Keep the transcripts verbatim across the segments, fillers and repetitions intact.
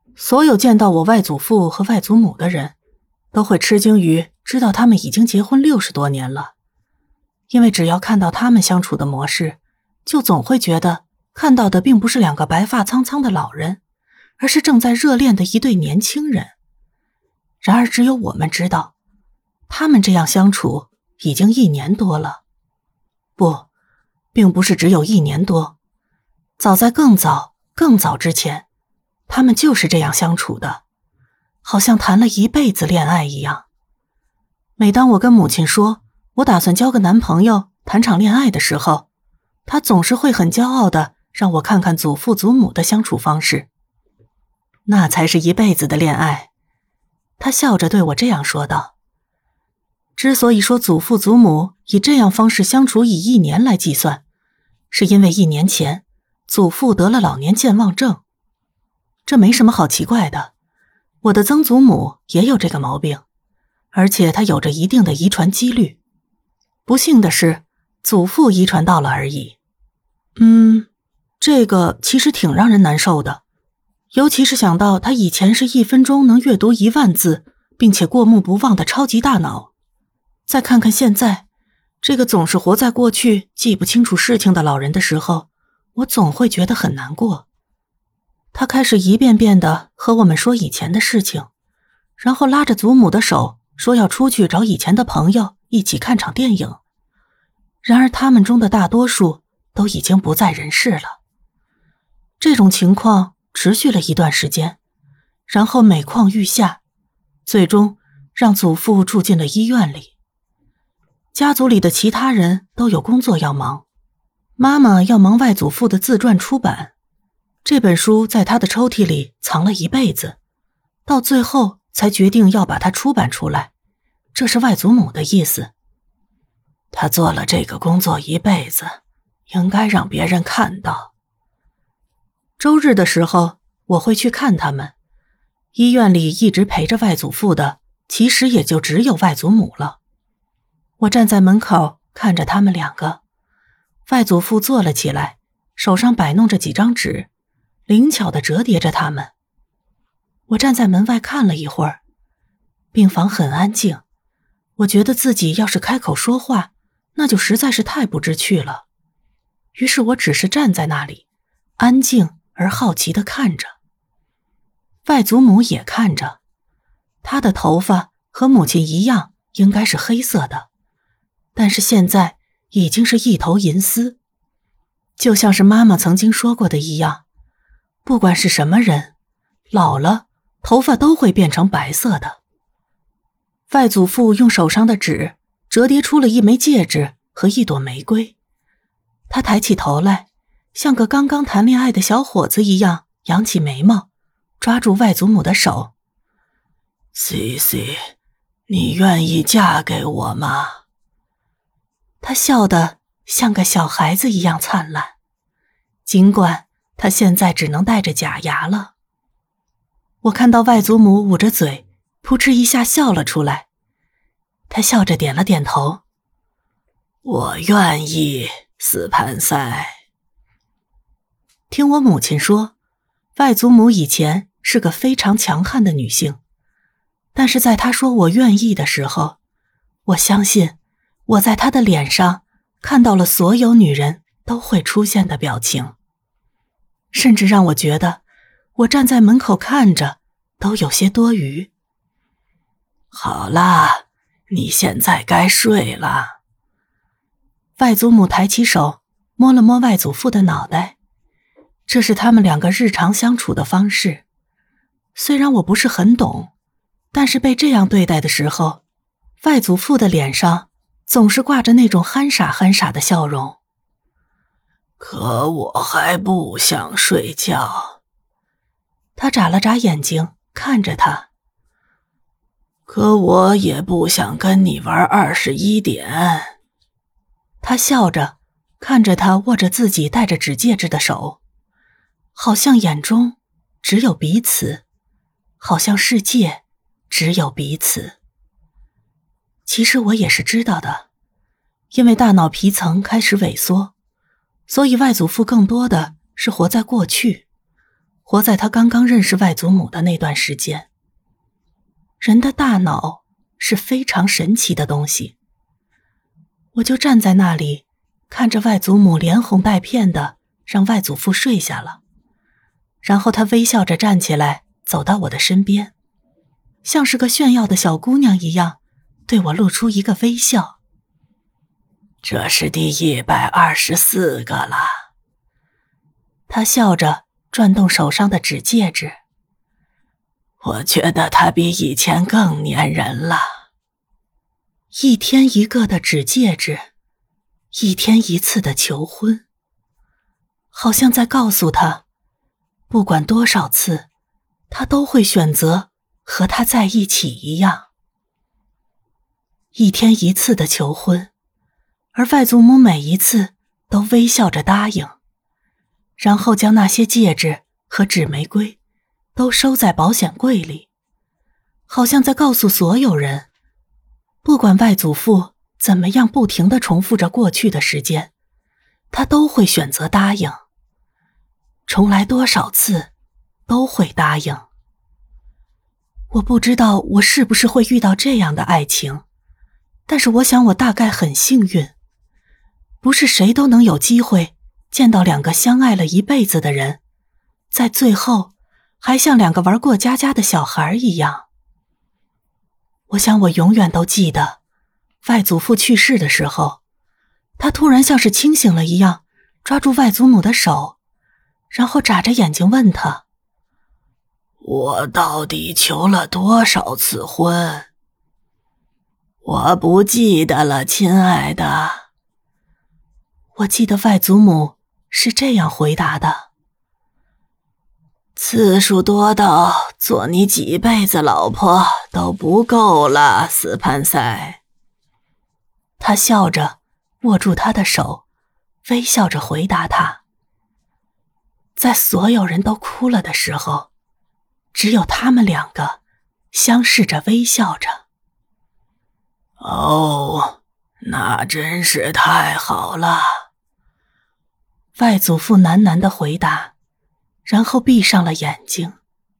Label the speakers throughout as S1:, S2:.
S1: 所有见到我外祖父和外祖母的人，都会吃惊于知道他们已经结婚六十多年了。因为只要看到他们相处的模式，就总会觉得看到的并不是两个白发苍苍的老人，而是正在热恋的一对年轻人。然而只有我们知道，他们这样相处已经一年多了。不，并不是只有一年多，早在更早更早之前，他们就是这样相处的，好像谈了一辈子恋爱一样。每当我跟母亲说我打算交个男朋友谈场恋爱的时候，她总是会很骄傲地让我看看祖父祖母的相处方式。那才是一辈子的恋爱，她笑着对我这样说道。之所以说祖父祖母以这样方式相处以一年来计算，是因为一年前祖父得了老年健忘症。这没什么好奇怪的，我的曾祖母也有这个毛病，而且它有着一定的遗传几率。不幸的是，祖父遗传到了而已。嗯，这个其实挺让人难受的，尤其是想到他以前是一分钟能阅读一万字，并且过目不忘的超级大脑。再看看现在，这个总是活在过去记不清楚事情的老人的时候，我总会觉得很难过。他开始一遍遍地和我们说以前的事情，然后拉着祖母的手说要出去找以前的朋友一起看场电影。然而他们中的大多数都已经不在人世了。这种情况持续了一段时间，然后每况愈下，最终让祖父住进了医院里。家族里的其他人都有工作要忙，妈妈要忙外祖父的自传出版，这本书在她的抽屉里藏了一辈子，到最后才决定要把它出版出来，这是外祖母的意思。她做了这个工作一辈子，应该让别人看到。周日的时候，我会去看他们。医院里一直陪着外祖父的，其实也就只有外祖母了。我站在门口看着他们两个，外祖父坐了起来，手上摆弄着几张纸，灵巧地折叠着它们。我站在门外看了一会儿，病房很安静，我觉得自己要是开口说话，那就实在是太不知趣了。于是我只是站在那里，安静而好奇地看着。外祖母也看着，她的头发和母亲一样应该是黑色的，但是现在已经是一头银丝。就像是妈妈曾经说过的一样，不管是什么人，老了头发都会变成白色的。外祖父用手上的纸折叠出了一枚戒指和一朵玫瑰，他抬起头来，像个刚刚谈恋爱的小伙子一样扬起眉毛，抓住外祖母的手。西西，你愿意嫁给我吗？他笑得像个小孩子一样灿烂，尽管他现在只能戴着假牙了。我看到外祖母捂着嘴，扑哧一下笑了出来。他笑着点了点头。我愿意，斯潘塞。听我母亲说，外祖母以前是个非常强悍的女性，但是在她说我愿意的时候，我相信我在她的脸上看到了所有女人都会出现的表情，甚至让我觉得我站在门口看着都有些多余。好啦，你现在该睡了。外祖母抬起手摸了摸外祖父的脑袋，这是他们两个日常相处的方式。虽然我不是很懂，但是被这样对待的时候，外祖父的脸上总是挂着那种憨傻憨傻的笑容。可我还不想睡觉。他眨了眨眼睛看着他。可我也不想跟你玩二十一点。他笑着看着他握着自己戴着指戒指的手，好像眼中只有彼此，好像世界只有彼此。其实我也是知道的，因为大脑皮层开始萎缩，所以外祖父更多的是活在过去， 活在他刚刚认识外祖母的那段时间。人的大脑是非常神奇的东西。我就站在那里，看着外祖母连哄带骗的让外祖父睡下了，然后他微笑着站起来，走到我的身边，像是个炫耀的小姑娘一样，对我露出一个微笑。这是第一百二十四个了。他笑着转动手上的纸戒指。我觉得他比以前更粘人了。一天一个的纸戒指，一天一次的求婚，好像在告诉他，不管多少次，他都会选择和他在一起一样。一天一次的求婚，而外祖母每一次都微笑着答应，然后将那些戒指和纸玫瑰都收在保险柜里，好像在告诉所有人，不管外祖父怎么样不停地重复着过去的时间，他都会选择答应，重来多少次都会答应。我不知道我是不是会遇到这样的爱情，但是我想我大概很幸运。不是谁都能有机会见到两个相爱了一辈子的人，在最后还像两个玩过家家的小孩一样。我想我永远都记得，外祖父去世的时候，他突然像是清醒了一样，抓住外祖母的手，然后眨着眼睛问他：我到底求了多少次婚？我不记得了，亲爱的。我记得外祖母是这样回答的：次数多到做你几辈子老婆都不够了，斯潘塞。他笑着握住他的手，微笑着回答他。在所有人都哭了的时候，只有他们两个相视着微笑着。哦，那真是太好了。外祖父喃喃地回答，然后闭上了眼睛。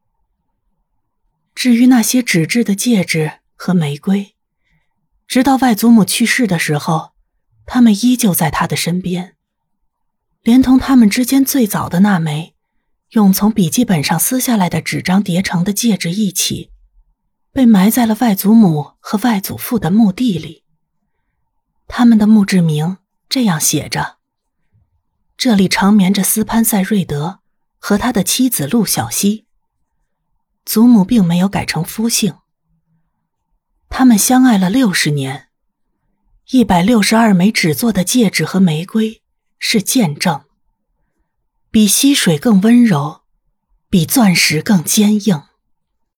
S1: 至于那些纸质的戒指和玫瑰，直到外祖母去世的时候，他们依旧在他的身边，连同他们之间最早的那枚用从笔记本上撕下来的纸张叠成的戒指一起，被埋在了外祖母和外祖父的墓地里。他们的墓志铭这样写着：这里长眠着斯潘塞瑞德和他的妻子陆小西。祖母并没有改成夫姓。他们相爱了六十年，一百六十二枚纸做的戒指和玫瑰是见证，比溪水更温柔，比钻石更坚硬。